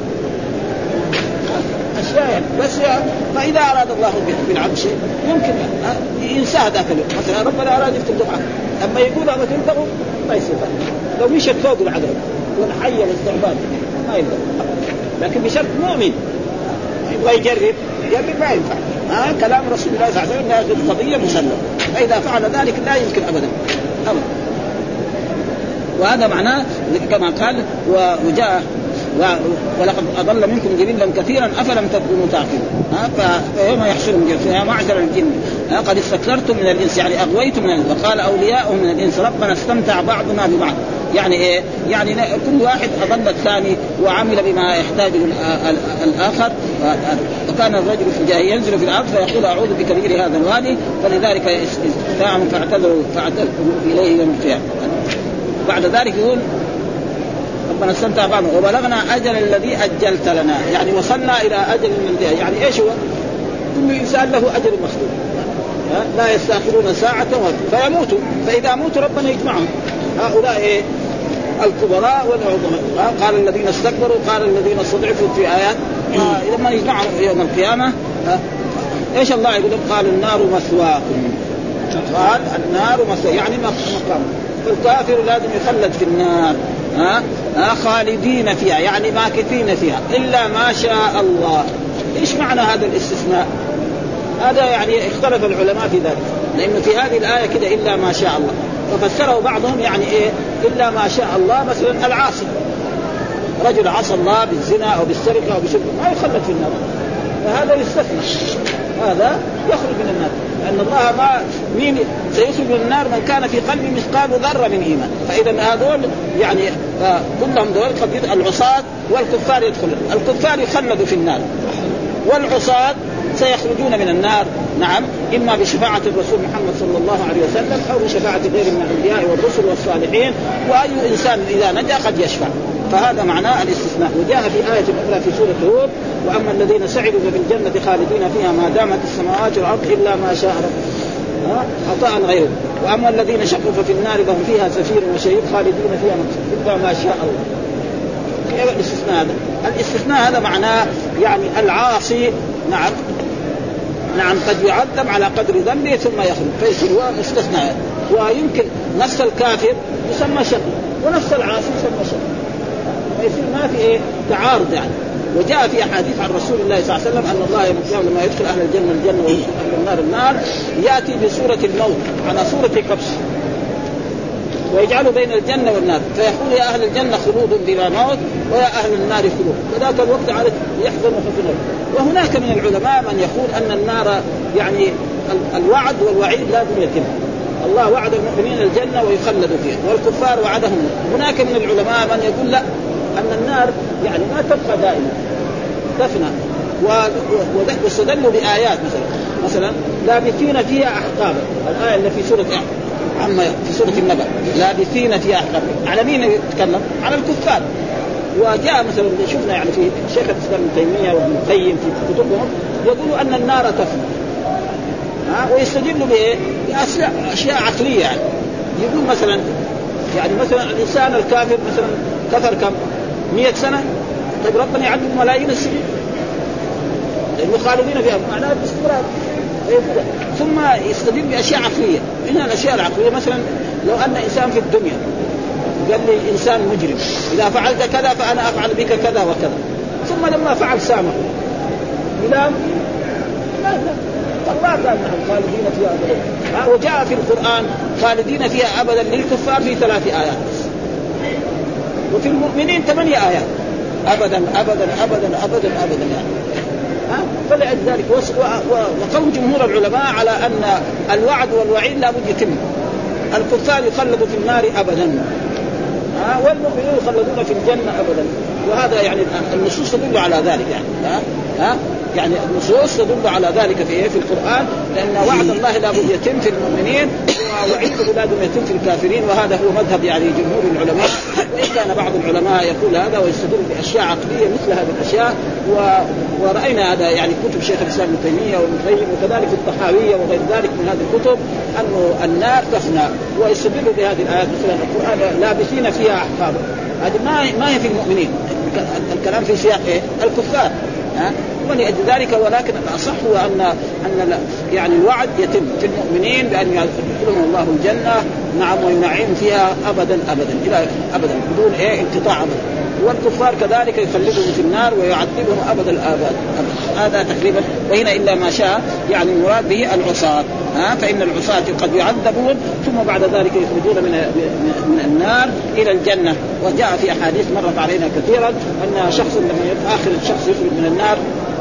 أشياء بس. فإذا أراد الله بالعبد شيء يمكن ينسى ذاك مثلا ربنا أراد يفتح دعاء أما يقول أما تنتهوا ما يصير. لو مشت فوق العذاب والحية والثعبان ما يقدر لكن بشرط مؤمن يبغى يجرب يجرب ما ينفع. ها كلام رسول الله صلى الله عليه وسلم قضية مسلمة فإذا فعل ذلك لا يمكن أبدا أبدا. وهذا معناه كما قال وجاء ولقد أضل منكم جبلا كثيرا أفلم تكونوا تعقلون. فيوم يحشرهم يا معشر الجن قد استكثرتم من الإنس يعني أغويتم من الإنس. وقال أولياؤهم من الإنس ربنا استمتع بعضنا ببعض يعني إيه يعني كل واحد أضل الثاني وعمل بما يحتاجه الآخر. وكان الرجل في الجاهلية ينزل في الأرض فيقول أعوذ بكبير هذا الوادي فلذلك استمتعهم فاعتذروا فاعتذروا إليه يوم القيامة. بعد ذلك يقول ربنا استمتع بعضنا وبلغنا أجل الذي أجلت لنا يعني وصلنا إلى أجل من ذي يعني إيش هو كل إنسان له أجل مخلوق لا يستأخرون ساعة فيموتوا. فإذا موتوا ربنا يجمعهم هؤلاء إيه الكبراء والعظماء. قال الذين استكبروا قال الذين استضعفوا في آيات لما يجمعهم يوم القيامة إيش الله يقول قال النار مثواكم قال النار مثواكم يعني مقام. فالكافر لازم يخلد في النار ها أه؟ خالدين فيها يعني ماكثين فيها إلا ما شاء الله. إيش معنى هذا الاستثناء؟ هذا يعني اختلف العلماء في ذلك لأنه في هذه الآية كده إلا ما شاء الله ففسره بعضهم يعني إيه إلا ما شاء الله مثلا العاصي رجل عصى الله بالزنا أو بالسرقة أو بشرك ما يخلد في النار فهذا يستثنى هذا يخرج من النار لأن الله ما مين سيخرج من النار من كان في قلبه مثقال ذرة من إيمان. فإذا هذول يعني كلهم دول العصاة والكفار يدخلون. الكفار يخلدوا في النار والعصاة سيخرجون من النار نعم إما بشفاعة الرسول محمد صلى الله عليه وسلم أو بشفاعة غير من الأنبياء والرسل والصالحين وأي إنسان إذا نجا قد يشفع. فهذا معناه الاستثناء. وجاء في آية أخرى في سورة هود وأما الذين سعدوا ففي الجنة خالدين فيها ما دامت السماوات والأرض إلا ما شاء ربك عطاء غيره وأما الذين شقوا ففي النار فهم فيها زفير وشهيق خالدين فيها إلا ما شاء الله. الاستثناء هذا الاستثناء هذا معناه يعني العاصي نعم نعم قد يعذب على قدر ذنبه ثم يخرج فيصير هو مستثنى. ويمكن نفس الكافر يسمى شقي ونفس العاصي يسمى شقي، فيصير ما في إيه تعارض يعني. وجاء في أحاديث عن رسول الله صلى الله عليه وسلم أن الله لما يدخل أهل الجنة الجنة ويدخل أهل النار النار يأتي بصورة الموت على صورة كبش ويجعله بين الجنة والنار فيقول يا أهل الجنة خلود بلا موت ويا أهل النار خلود. فذاك الوقت عاد يحزن وحزن. وهناك من العلماء من يقول أن النار يعني الوعد والوعيد لازم يتم. الله وعد المؤمنين الجنة ويخلدوا فيها والكفار وعدهم. هناك من العلماء من يقول لا أن النار يعني ما تبقى دائما تفنى. واستدلوا بآيات مثلا مثلا لابثين فيها أحقابا، الآية اللي في سورة عما في سورة النبأ لابثين فيها أحقابا، على مين يتكلم؟ على الكفار. وجاء مثلا شفنا يعني في شيخ الإسلام ابن تيمية وابن القيم في كتبهم يقولوا أن النار تفنى، ها ويستدلوا بإيه؟ بأشياء عقلية يعني. يقول مثلا يعني مثلا الإنسان الكافر مثلا كفر كم مئة سنة، طيب ربنا يعذب ملايين السنين لأنه خالدين فيها معناها باستمرار. ثم يستدل بأشياء عقلية. من الأشياء العقلية مثلا لو أن إنسان في الدنيا قال لي إنسان مجرم إذا فعلت كذا فأنا أفعل بك كذا وكذا، ثم لما فعل سامح إذا لا لا الله قال نحن خالدين فيها أبدا. وجاء في القرآن خالدين فيها أبدا للكفار في ثلاث آيات، وفي المؤمنين ثمانية آيات أبدا أبدا أبدا أبدا أبدا يعني. ها فلذلك وقول جمهور العلماء على أن الوعد والوعيد لا بد يتم. الكفار يخلدوا في النار أبدا، ها والمؤمنون يخلدون في الجنة أبدا. وهذا يعني النصوص تدل على ذلك يعني. ها ها يعني النصوص تدل على ذلك في في القرآن، لأن وعد الله لا بد يتم في المؤمنين ووعيده لا بد يتم في الكافرين. وهذا هو مذهب يعني جمهور العلماء، وإن كان بعض العلماء يقول هذا ويستدل بأشياء عقلية مثل هذه الأشياء. و... ورأينا هذا يعني كتب شيخ الإسلام ابن تيمية وابن القيم وكذلك الطحاوية وغير ذلك من هذه الكتب أنه النار تفنى، ويستدل بهذه الآيات مثلا القرآن لابثين فيها أحقابا. هذه ما ما هي في المؤمنين، الكلام في سياق إيه؟ الكفار. ها ولأجل ذلك ولكن الأصح هو أن أن يعني الوعد يتم في المؤمنين بأن يدخلهم الله الجنة نعم وينعم فيها أبدا أبدا إلى أبدا بدون إيه انقطاع أبدا. والكفار كذلك يخلدهم في النار ويعذبهم أبدا الآباد. هذا تقريبا. وهنا إلا ما شاء يعني المراد به العصاة. ها فإن العصاة قد يعذبون ثم بعد ذلك يخرجون من من النار إلى الجنة. وجاء في أحاديث مرت علينا كثيرا أن شخص لما آخر الشخص يخرج من النار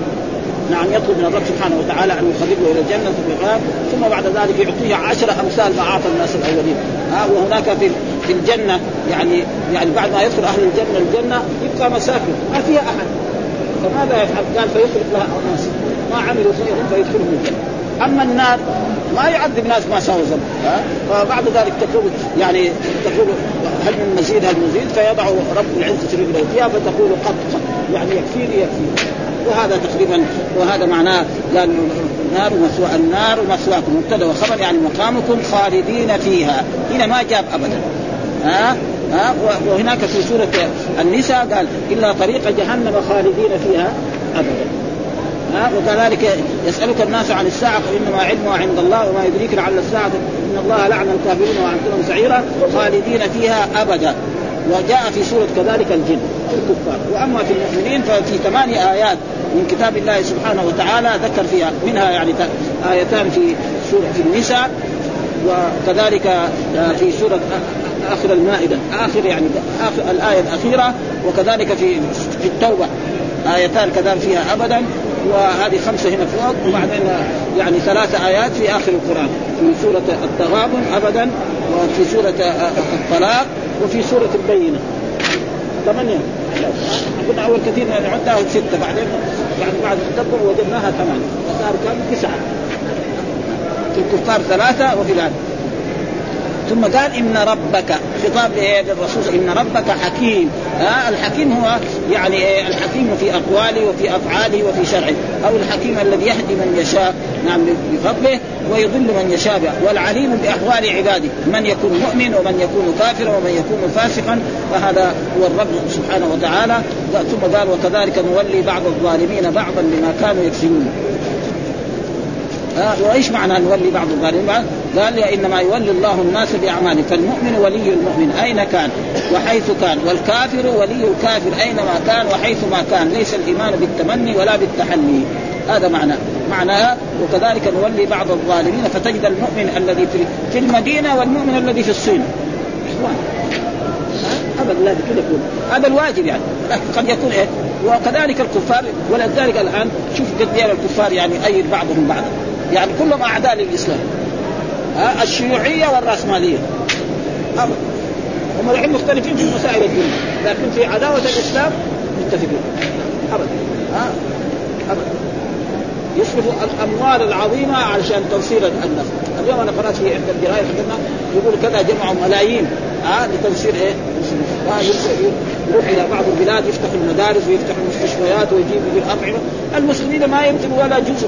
نعم يطلب من الرب سبحانه وتعالى أن يخرجه إلى الجنة ثم بعد ذلك يعطيه عشر أمثال ما أعطى الناس الأولين. ها وهناك في في الجنة يعني يعني بعد ما يدخل أهل الجنة الجنة يبقى مساكن ما فيها أحد، فماذا يفعل؟ قال فيخرج لها أناس ما عملوا فيهم فيدخلهم الجنة. أما النار ما يعذب ناس ما سووا ذنب، فبعد ذلك تقول يعني تقول هل من مزيد هل مزيد فيضع رب العزة رجله فيها فتقول قد قد يعني يكفيني يكفيني. وهذا تقريبا وهذا معناه قال النار ومثوى النار ومثواكم مبتدا وخبر يعني مقامكم خالدين فيها. هنا ما جاب أبدا. ها ها وهناك في سورة النساء قال إلا طريق جهنم خالدين فيها أبدا. ها وكذلك يسألك الناس عن الساعة فإنما علمها عند الله وما يدريك لعل الساعة إن الله لعن الكافرين وأعد سعيرا خالدين فيها أبدا. وجاء في سورة كذلك الجن الكفار. وأما في المؤمنين ففي ثمان آيات من كتاب الله سبحانه وتعالى ذكر فيها منها يعني آيتان في سورة في النساء وكذلك في سورة آخر المائدة آخر يعني آخر الآية الأخيرة وكذلك في في التوبة آيتان كذلك فيها أبدا. وهذه خمسة هنا فوق وبعدين يعني ثلاثة آيات في آخر القرآن في سورة التغابن أبدا وفي سورة الطلاق وفي سورة البينة ثمانية. قلنا أول كثير نعدها ستة بعدين يعني بعد التدبر وجدناها ثمانية وصار كم تسعة. في الكفار ثلاثة وفي الآن. ثم قال إن ربك خطاب للرسول إن ربك حكيم. ها الحكيم هو يعني الحكيم في أقواله وفي أفعاله وفي شرعه أو الحكيم الذي يهدي من يشاء نعم بفضله ويضل من يشاء والعليم بأحوال عباده من يكون مؤمن ومن يكون كافر ومن يكون فاسقا فهذا هو الرب سبحانه وتعالى. ثم قال وكذلك نولي بعض الظالمين بعضا بما كانوا يكسبون. آه وإيش معنى نولي بعض الظالمين؟ قال لي إنما يولي الله الناس بأعماله، فالمؤمن ولي المؤمن أين كان وحيث كان، والكافر ولي الكافر أينما كان وحيث ما كان، ليس الإيمان بالتمني ولا بالتحلي. هذا معنى معناها. وكذلك نولي بعض الظالمين، فتجد المؤمن الذي في المدينة والمؤمن الذي في الصين إخوان. أبدا لا كده يكون هذا الواجب يعني، قد يكون إيه. وكذلك الكفار، ولذلك الآن شوف قد يرى الكفار يعني أيد بعضهم بعضا، يعني كلهم أعداء للإسلام. ها الشيوعية والرأسمالية أبدا هم الحين مختلفين في مسائل الدنيا، لكن في عداوة الإسلام متفقين أبدا. ها أبدا يصرفوا الأموال العظيمة علشان توصيل الناس. اليوم أنا قرأت في عند الجرايد حقنا يقول كذا جمعوا ملايين ها لتوصيل إيه يروح إلى بعض البلاد يفتح المدارس ويفتح المستشفيات ويجيبوا بالأطعمة. المسلمين ما يمثلوا ولا جزء،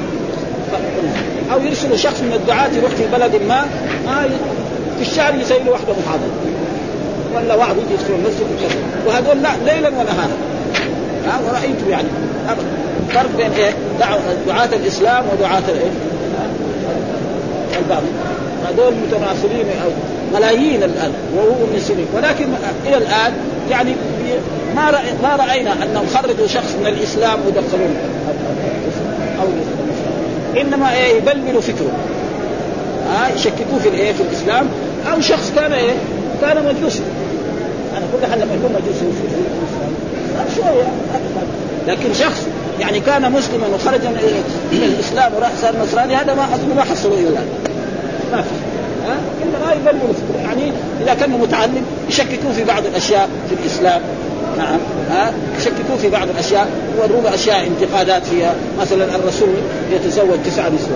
أو يرسلوا شخص من الدعاة يروح في بلد ما ما في الشهر يسيلوا واحدة محاضرة ولا واحد يجي يدخل المسجد وكذا، وهذول لا ليلا ونهارا. ها ورأيتوا يعني أبدا فرق بين إيه دعاة الإسلام ودعاة الإيه البعض. هذول متناصرين أو ملايين الآن وهو مسلمين، ولكن إلى الآن يعني ما رأي ما رأينا أنهم خرجوا شخص من الإسلام ودخلوه أو إنما إيه يبللوا فكره، ها يشككوا في الإيه في الإسلام، أو شخص كان إيه كان مجوسي. أنا كل حال لما يكون مجوسي في الإسلام شوية، لكن شخص يعني كان مسلما وخرج من الإسلام وراح صار نصراني، هذا ما أظن ما حصلوا إلى الآن ما في. ها إنما يبللوا فكره، يعني إذا كان متعلم يشككوا في بعض الأشياء في الإسلام. نعم ها يشككوا في بعض الأشياء ويرووا أشياء انتقادات فيها، مثلا الرسول يتزوج تسعة نسوة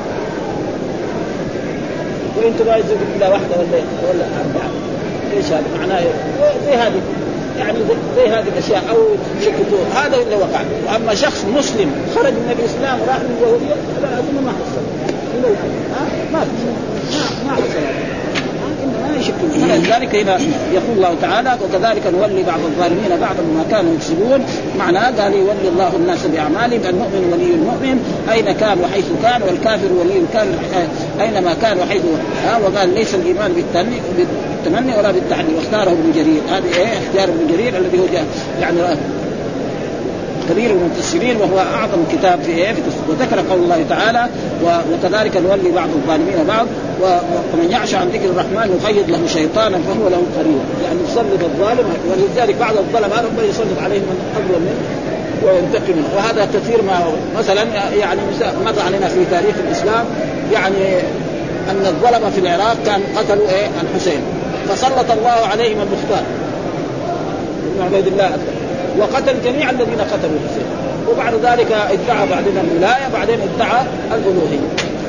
وانتم ما يزوجوا إلا واحدة ولا ولا أربعة، ايش هذا معناه؟ زي هذه يعني زي هذه الأشياء أو يشككوا، هذا اللي وقع. وأما شخص مسلم خرج من الإسلام وراح من اليهودية لا أظن ما حصل ها ما ما ما حصل. ما يشكون. لذلك هنا يقول الله تعالى وكذلك نولي بعض الظالمين بعضا ما كانوا يكسبون. معناه قال يولي الله الناس بأعمالهم، المؤمن ولي المؤمن أين كان وحيث كان، والكافر ولي الكافر أينما كان وحيث. ها وقال ليس الإيمان بالتمني ولا بالتحلي، واختاره ابن جرير. هذا إيه اختيار ابن جرير الذي هو يعني كبير المفسرين وهو أعظم كتاب في إيه في التفسير. وذكر قول الله تعالى وكذلك نولي بعض الظالمين بعض، ومن يعش عن ذكر الرحمن يقيض له شيطانا فهو له قرين. يعني يسلط الظالم، ولذلك بعض الظلماء ربنا يسلط عليهم من أظلم منه وينتقم منه. وهذا كثير ما مثلا يعني مر علينا في تاريخ الإسلام يعني أن الظلمة في العراق كان قتلوا إيه الحسين، فسلط الله عليهم المختار ابن عبيد الله وقتل جميع الذين قتلوا الحسين، وبعد ذلك ادعى بعدين الولاية، بعدين ادعى الألوهية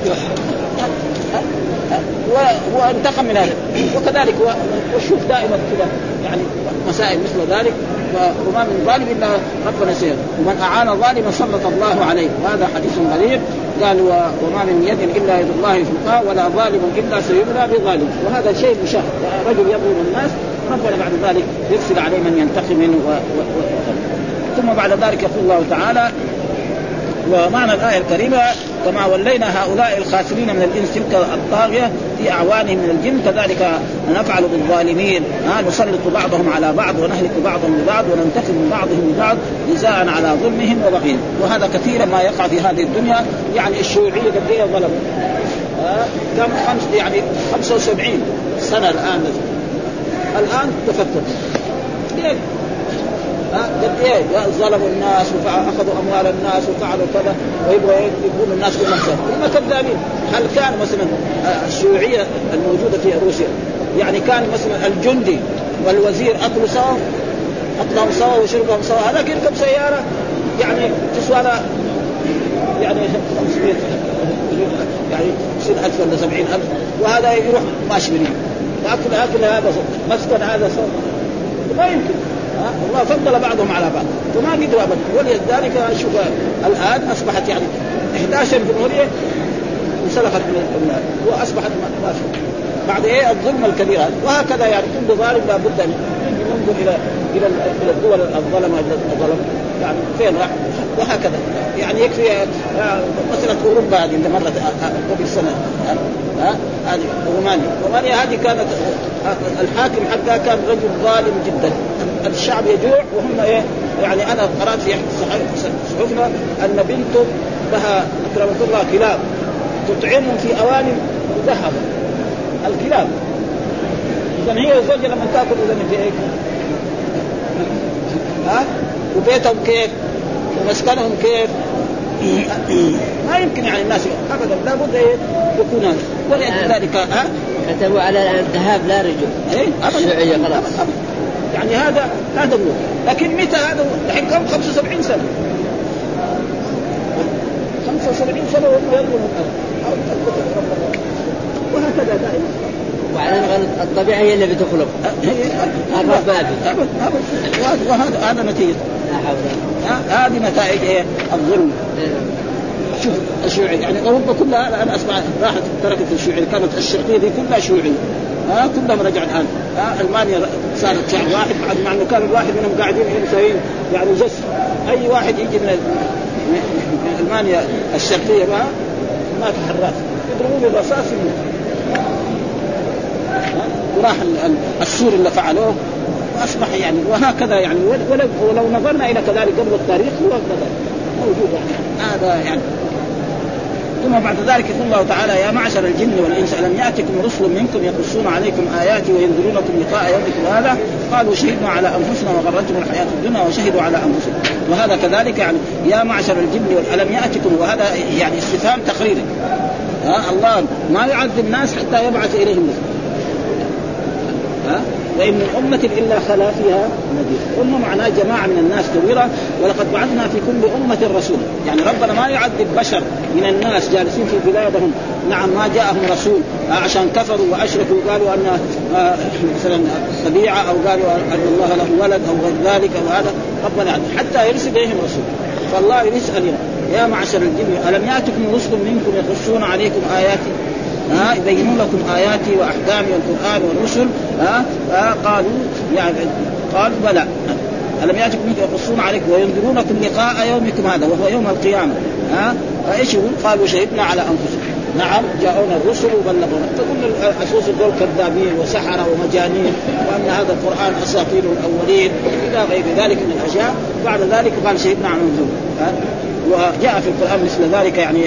وانتقم من هذا. وكذلك وشوف دائما كذا يعني مسائل مثل ذلك، وما من ظالم إلا ربنا سير، ومن أعان ظالما سلط الله عليه. وهذا حديث غريب. قال وما من يد إلا يد الله فوقها ولا ظالم إلا سيبلى بظالم. وهذا شيء مشاهد، رجل يظلم الناس ربنا بعد ذلك يرسل عليه من ينتقم منه و... و... و... ثم بعد ذلك يقول الله تعالى ومعنى الآية الكريمة كما ولينا هؤلاء الخاسرين من الإنس تلك الطاغية في أعوانهم من الجن كذلك نفعل بالظالمين، ها نسلط بعضهم على بعض ونهلك بعضهم لبعض وننتقم من بعضهم لبعض جزاء على ظلمهم وبغيهم. وهذا كثيرا ما يقع في هذه الدنيا. يعني الشيوعية قد ايه ظلموا كم خمس يعني خمسة وسبعين سنة الآن الآن تفتت ليه؟ قد ايه ظلموا الناس واخذوا اموال الناس وفعلوا كذا ويبغوا يقولوا الناس كلهم سوا، هم كذابين. هل كان مثلا الشيوعيه الموجوده في روسيا يعني كان مثلا الجندي والوزير اكلوا سوا، اكلهم سوا وشربهم سوا؟ هذا يركب سياره يعني تسوى يعني خمسمائة يعني ستين ألف ولا سبعين ألف، وهذا يروح ماشي منه واكل اكل هذا مسكن هذا سوا، ما يمكن. الله فضل بعضهم على بعض وما قدروا أبدا. ولذلك شوف الآن أصبحت يعني إحدى عشرة جمهورية انسلخت من وأصبحت ما بعد إيه الظلم الكبير. وهكذا يعني كل ظالم لا بد أن ننظر إلى إلى إلى الدول الظلمة الظلم يعني فين راح وهكذا. يعني يكفي مسألة أوروبا هذه اللي مرت قبل سنة ها هذه رومانيا. رومانيا هذه كانت الحاكم حقها كان رجل ظالم جدا. الشعب يجوع وهم ايه يعني انا قرأت في صحفنا ان بنته لها اكرمك الله كلاب تطعمهم في اواني ذهب الكلاب. اذا هي الزوجة لما تاكل اذا في ايه ها وبيتهم كيف ومسكنهم كيف ما يمكن يعني الناس ابدا لابد ايه يكون هذا. ولذلك ها كتبوا على الذهاب لا رجل ايه الشيوعية خلاص. يعني هذا هذا هو. لكن متى هذا الحين كم خمسة وسبعين سنة خمسة وسبعين سنة وهم يرمون وهكذا دائما. وعلى الطبيعة هي اللي بتخلق الرب ما في وهذا هذا نتيجة هذه نتائج ايه الظلم. شوف الشيوعية يعني أوروبا كلها أنا أسمع راحت تركت الشيوعية كانت الشرقية دي كلها شيوعية ها كلهم رجعوا الآن. ها ألمانيا صارت شعب واحد مع إنه كان الواحد منهم قاعدين مسوين يعني جس أي واحد يجي من من ألمانيا الشرقية ما ما في حراس يضربون بالرصاص وراح السور اللي فعلوه وأصبح يعني وهكذا يعني ولو, ولو نظرنا إلى كذلك قبل التاريخ هو كذا موجود يعني هذا يعني. ثم بعد ذلك يقول الله تعالى يا معشر الجن والإنس ألم يأتكم رسل منكم يقصون عليكم آياتي وينذرونكم لقاء يومكم هذا قالوا شهدنا على أنفسنا وغرتهم الحياة الدنيا وشهدوا على أنفسهم. وهذا كذلك يعني يا معشر الجن ألم يأتكم وهذا يعني استفهام تقريري. ها الله ما يعذب الناس حتى يبعث إليهم رسل. ها وإن من أمة إلا خلا فيها نذير. أمة معناه جماعة من الناس كبيرة ولقد بعثنا في كل أمة رسول. يعني ربنا ما يعذب بشر من الناس جالسين في بلادهم نعم ما جاءهم رسول عشان كفروا وأشركوا وقالوا أن مثلا طبيعة أو قالوا أن الله له ولد أو غير ذلك أو هذا ربنا يعذب حتى يرسل إليهم رسول. فالله يسأل يا معشر الجن ألم يأتكم رسل منكم يقصون عليكم آياتي ها يبينون لكم آياتي وأحكامي والقرآن والرسل ها, ها قالوا يعني قالوا بلى ألم يأتكم يقصون عليكم وينذرونكم لقاء يومكم هذا وهو يوم القيامة ها فإيش يقول قالوا شهدنا على أنفسهم. نعم جاءونا الرسل وبلغونا تقول الأسوس دول كذابين وسحرة ومجانين وأن هذا القرآن أساطير الأولين إلى غير ذلك من الأشياء. بعد ذلك قال شهدنا على أنفسهم. وجاء في القرآن مثل ذلك يعني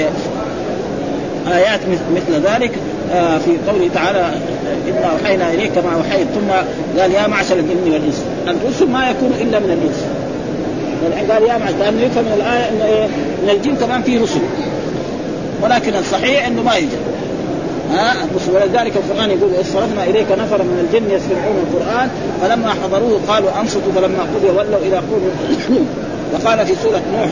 آيات مثل ذلك في قوله تعالى إنا أوحينا إليك كما أوحيت. ثم قال يا معشر الجن والإنس. الرسل ما يكون إلا من الإنس. قال يا معشر لأنه يفهم من الآية إن من الجن كمان فيه رسل ولكن الصحيح إنه ما يوجد ها الرسل. ولذلك القرآن يقول صرفنا إليك نفر من الجن يستمعون القرآن فلما حضروه قالوا أنصتوا فلما قضي ولوا إلى قوم. وقال في سورة نوح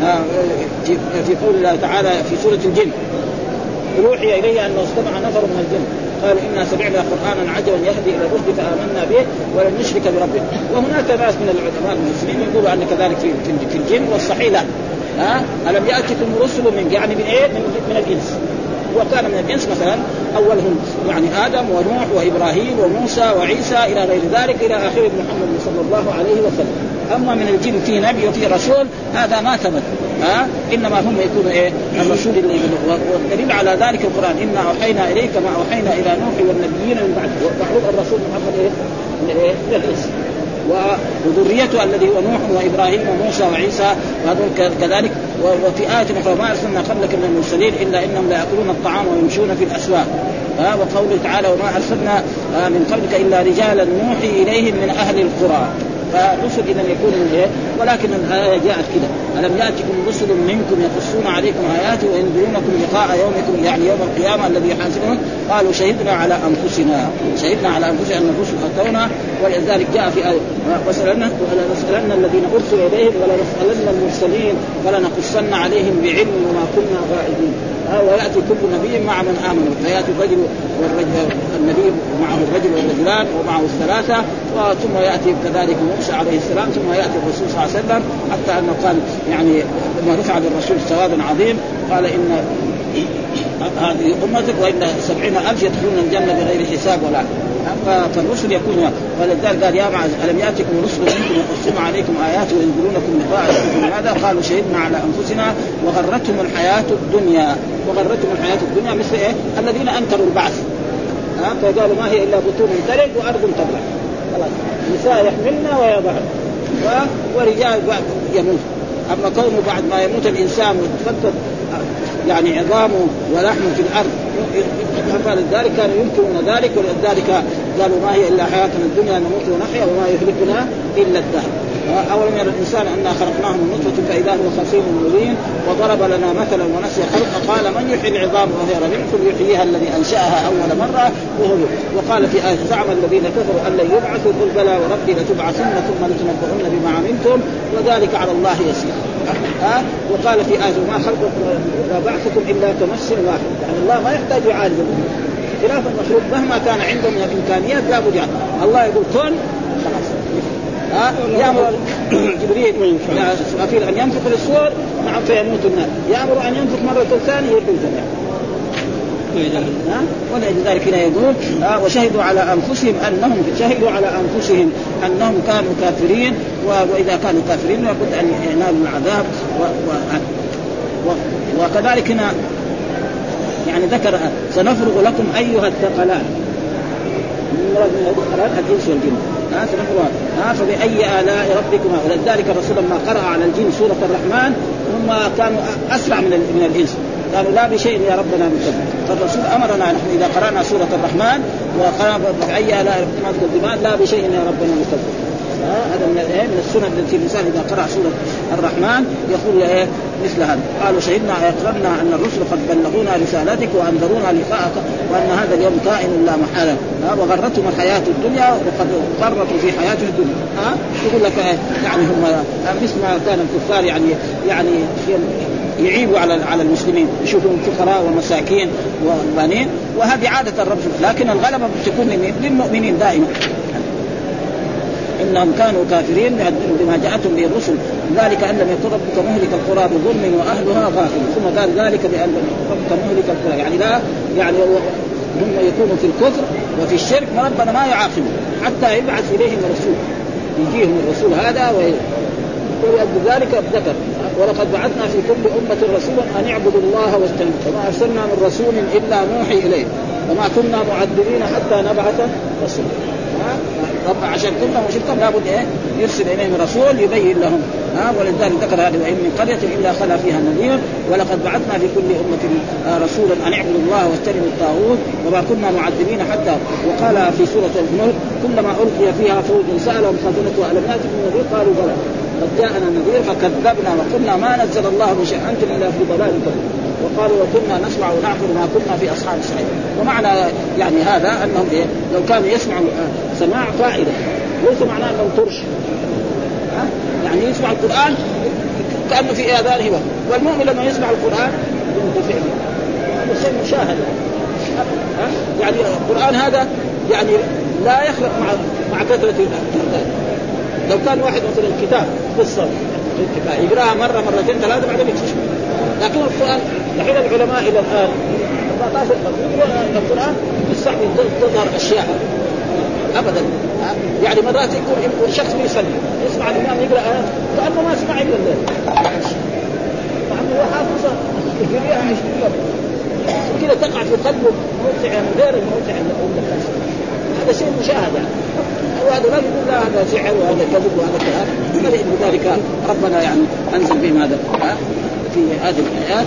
في قول الله تعالى في سورة الجن روحي إلي أنه استمع نفر من الجن قالوا إنا سمعنا قرآنا عجبا يهدي إلى الرشد فآمنا به ولن نشرك بربنا. وهناك ناس من العلماء المسلمين يقولوا أن كذلك في في الجن والصحيح لا. ها ألم يأتكم رسل من يعني من إيه من, من الإنس. وكان من الإنس مثلا أولهم يعني آدم ونوح وإبراهيم وموسى وعيسى إلى غير ذلك إلى آخر محمد صلى الله عليه وسلم. أما من الجن في نبي وفي رسول هذا ما ثبت. ها إنما هم يكونوا إيه الرسول اللي يبلغ. والدليل على ذلك القرآن إنا أوحينا إليك ما أوحينا إلى نوح والنبيين من بعد. ومعروف الرسول محمد إيه من إيه من الإنس وذريته الذي هو نوح وإبراهيم وموسى وعيسى وهذول كذلك. وفي آية أخرى ما أرسلنا قبلك من المرسلين إلا إنهم لا يأكلون الطعام ويمشون في الأسواق. ها وقوله تعالى وما أرسلنا من قبلك إلا رجالا نوحي إليهم من أهل القرى. فالرسل إذا يكون من إيه ولكن الآية جاءت كده ألم يأتكم رسل منكم يقصون عليكم آياتي وينذرونكم لقاء يومكم يعني يوم القيامة الذي يحاسبون قالوا شهدنا على أنفسنا شهدنا على أنفسنا أن الرسل أتونا. ولذلك جاء في آية وسألنا ولنسألن الذين أرسلوا إليهم ولنسألن المرسلين فلنقصن عليهم بعلم وما كنا غائبين. ويأتي كل نبي مع من آمنوا فيأتي الرجل والرجل النبي معه الرجل والرجلان ومعه الثلاثة ثم يأتي كذلك موسى عليه السلام ثم يأتي الرسول صلى الله عليه وسلم حتى أنه قال يعني لما رفع بالرسول ثواب عظيم قال إن هذه أمتك وإن سبعين ألف يدخلون الجنة بغير حساب ولا فالرسل يكون، ولذلك قال يا معز ألم يأتكم رسل منكم يقصون عليكم آيات وينذرونكم لقاء يومكم هذا قالوا شهدنا على أنفسنا وغرتهم الحياة الدنيا وغرتهم الحياة الدنيا مثل إيه الذين أنكروا البعث ها فقالوا ما هي إلا بطون تلد وأرض تبلع خلاص نساء يحملنا ويضعن ورجال يموت. أما كونه بعد ما يموت الإنسان وتفقد يعني عظامه ولحمه في الأرض فلذلك كانوا ينكرون ذلك، ولذلك قالوا ما هي إلا حياتنا الدنيا نموت ونحيا وما يهلكنا إلا الدهر. أولم يرى الإنسان أنا خلقناه من نطفة فإذا هو خصيم مبين وضرب لنا مثلا ونسي خلقه قال من يحيي العظام وهي رميم قل يحييها الذي أنشأها أول مرة وهو. وقال في آية زعم الذين كفروا أن لن يبعثوا قل بلى وربي لتبعثن ثم لتنبؤن بما عملتم وذلك على الله يسير. ها وقال في آية ما خلقكم ولا بعثكم إلا كنفس واحد، يعني الله ما يحتاج يعالج خلاف المخلوق مهما كان عندهم من الإمكانيات لا بد الله يقول كن خلاص. ها يأمر جبريل إسرافيل أن ينفخ للصور نعم فيموت الناس، يأمر أن ينفخ مرة ثانية يحيي الجميع. ها ولذلك هنا يقول ها وشهدوا على أنفسهم أنهم شهدوا على أنفسهم أنهم كانوا كافرين، وإذا كانوا كافرين لابد أن ينالوا العذاب. و... و... وكذلك هنا يعني ذكر سنفرغ لكم أيها الثقلان من مراد من الثقلان الإنس والجن ها سنفرغ ها فبأي آلاء ربكما. ولذلك الرسول لما قرأ على الجن سورة الرحمن هم كانوا أسرع من من الإنس قالوا لا بشيء يا ربنا من فضلك. فالرسول أمرنا نحن إذا قرأنا سورة الرحمن وقرأنا بأي آلاء ربكما تكذبان لا بشيء يا ربنا من فضلك. هذا من من السنن التي الإنسان إذا قرأ سورة الرحمن يقول إيه مثل هذا. قالوا شهدنا أقررنا أن الرسل قد بلغونا رسالتك وأنذرونا لقاءك وأن هذا اليوم كائن لا محالة وغرتهم الحياة الدنيا وقد غرتوا في حياته الدنيا. ها يقول لك يعني هم مثل ما كان الكفار يعني يعني يعيبوا على على المسلمين يشوفون فقراء ومساكين وبنين، وهذه عادة الرب، لكن الغلبة تكون للمؤمنين دائما. إنهم كانوا كافرين بما جاءتهم به الرسل ذلك أن لم يكن ربك مهلك القرى بظلم وأهلها غافل. ثم قال ذلك بأن ربك مهلك القرى يعني لا يعني هم يكونوا في الكفر وفي الشرك ربنا ما يعاقبهم حتى يبعث إليهم الرسول يجيهم الرسول هذا ويؤدي ذلك الذكر. ولقد بعثنا في كل أمة رسولا أن اعبدوا الله واجتنبوا وما أرسلنا من رسول إلا نوحي إليه وما كنا معذبين حتى نبعث رسولا. رب عشان كنا مشركين لابد إيه يرسل إليهم رسول يبين لهم. ها ولذلك ذكر هذا وإن من قرية إلا خلا فيها نذير ولقد بعثنا في كل أمة رسولا أن اعبدوا الله واجتنبوا الطاغوت وما كنا معذبين حتى. وقال في سورة الملك كلما ألقي فيها فوج سألهم خزنتها ألم يأتكم نذير قالوا بلى قد جاءنا النذير فكذبنا وقلنا ما نزل الله من شيء أنتم إلا في ضلال كبير وقالوا وكنا نسمع ونعقل ما كنا في أصحاب السعير. ومعنى يعني هذا أنهم إيه لو كانوا يسمعوا سماع فائدة ليس معناه أنهم ترش يعني يسمع القرآن كأنه في آذانه وقت. والمؤمن لما يسمع القرآن ينتفع به هذا شيء مشاهد يعني القرآن هذا يعني لا يخلق مع مع كثرة الأحداث. لو كان واحد مثلا كتاب قصة يقرأها مرة مرتين ثلاثة بعدين يكتشف، لكن القرآن الحين العلماء إلى الآن أربعة عشر القرآن يستعمل تظهر أشياء أبدا يعني مرات يكون شخص بيصلي يسمع الإمام يقرأ آيات كأنه ما سمع إلا الليل مع أنه هو حافظ يقرأها عشرين يوم كده تقع في قلبه موسع غير الموسع الناس. هذا شيء مشاهد يعني. وهذا لا يقول لا هذا سحر وهذا كذب وهذا كلام فلذلك ربنا يعني أنزل بهم هذا في هذه الآيات.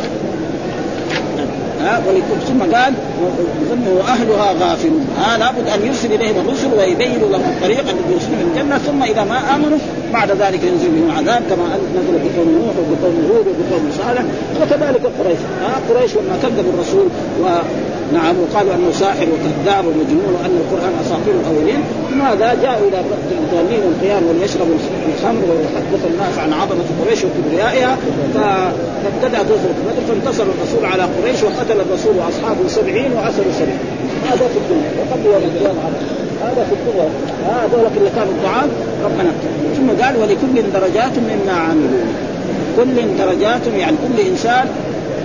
ها ولكل ثم قال وأهلها غافلون. ها لابد أن يرسل إليهم الرسل ويبين لهم الطريق الذي يوصلهم الجنة ثم إذا ما آمنوا بعد ذلك ينزل بهم عذاب كما نزل بقوم نوح وبقوم هود وبقوم صالح. وكذلك قريش ها قريش لما كذبوا الرسول ونعم وقالوا أنه ساحر وكذاب ومجنون وأن القرآن أساطير الأولين ماذا جاءوا إلى الضالين والقيام وليشربوا الخمر ويحدث الناس عن عظمة قريش وكبريائها. فابتدأ غزوة بدر فانتصر الرسول على قريش وقتل الرسول وأصحابه سبعين وأسروا سبعين. هذا في الدنيا وقبل يوم القيامة هذا في الدنيا. هذول اللي كانوا الضعاف ربنا. ثم قال ولكل درجات مما عملوا. كل درجات يعني كل إنسان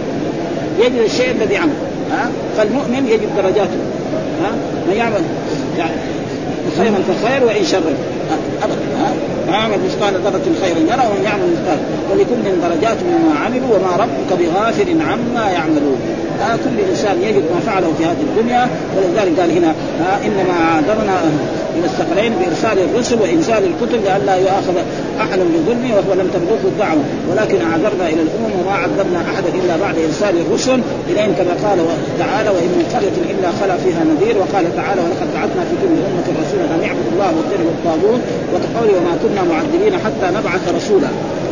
يجد الشيء الذي عمل. ها فالمؤمن يجد درجاته. ها ما يعمل يعني خيرا فخير وإن شر أبدا. عامل مثقال ذرة خيرا يرى ومن يعمل مثقال ولكل درجات مما عملوا وما ربك بغافل عما يعملون. آه كل إنسان يجد ما فعله في هذه الدنيا. ولذلك قال هنا آه إنما عذرنا إلى الثقلين بإرسال الرسل وإنزال الكتب لئلا يؤاخذ أحد بظلمه وهو لم تبلغه الدعوة ولكن عذرنا إلى الأمم وما عذرنا أحدا إلا بعد إرسال الرسل إليهم كما قال تعالى وإن من قرية إلا خلا فيها نذير. وقال تعالى ولقد بعثنا في كل أمة رسولا أن يعبدوا الله واجتنبوا الطاغوت وكقوله وما كنا معذبين حتى نبعث رسولا.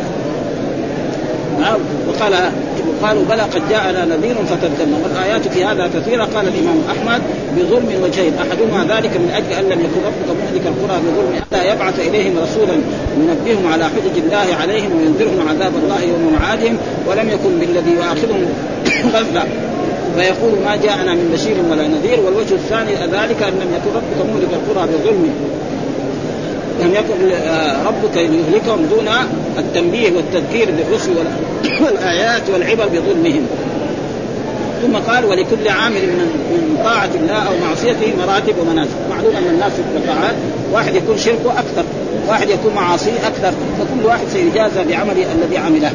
وقال قالوا بلى قد جاءنا نذير فتبدلنا. والآيات في هذا كثيرة. قال الإمام أحمد بظلم وجهين أحدهما ذلك من أجل أن لم يكن ربك مهلك القرى بظلم حتى يبعث إليهم رسولا ينبههم على حجج الله عليهم وينذرهم عذاب الله يوم معادهم ولم يكن بالذي يؤاخذهم غفلا فيقول ما جاءنا من بشير ولا نذير. والوجه الثاني ذلك أن لم يكن ربك مهلك القرى بظلم لم يكن ربك ليهلكهم دون التنبيه والتذكير بالرسل والآيات والعبر بظلمهم. ثم قال ولكل عامل من طاعة الله أو معصيته مراتب ومنازل. معلوم أن الناس في الطاعات واحد يكون شركه أكثر واحد يكون معاصيه أكثر فكل واحد سيجازى بعمله الذي عمله.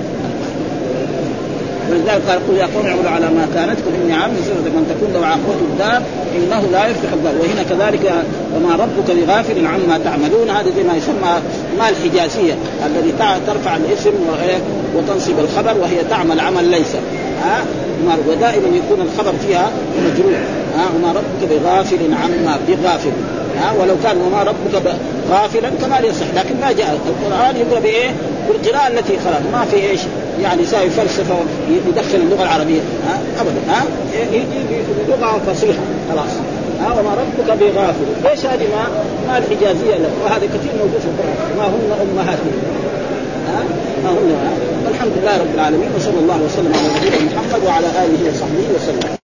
ولذلك قال قل يا قوم اعملوا على ما كانتكم إني عامل سورة من تكون له عاقبة الدار إنه لا يفلح الظالم. وهنا كذلك وما ربك بغافل عما تعملون. هذا زي ما يسمى ما الحجازية الذي ترفع الاسم وتنصب الخبر وهي تعمل عمل ليس ها ودائما يكون الخبر فيها مجرور ها وما ربك بغافل عما بغافل ها ولو كان وما ربك غافلا كما يصح لكن ما جاء القرآن يقرأ بإيه بالقراءة التي خلاص ما في إيش يعني يساوي فلسفة يدخل اللغة العربية ها أبدا ها لغة فصيحة خلاص ها وما ربك بغافل. ليش هذه ما ما الحجازية له وهذا كثير موجود في القرآن ما هن أمهاتهم ها ما هن. الحمد لله رب العالمين وصلى الله وسلم على نبينا محمد وعلى آله وصحبه وسلم.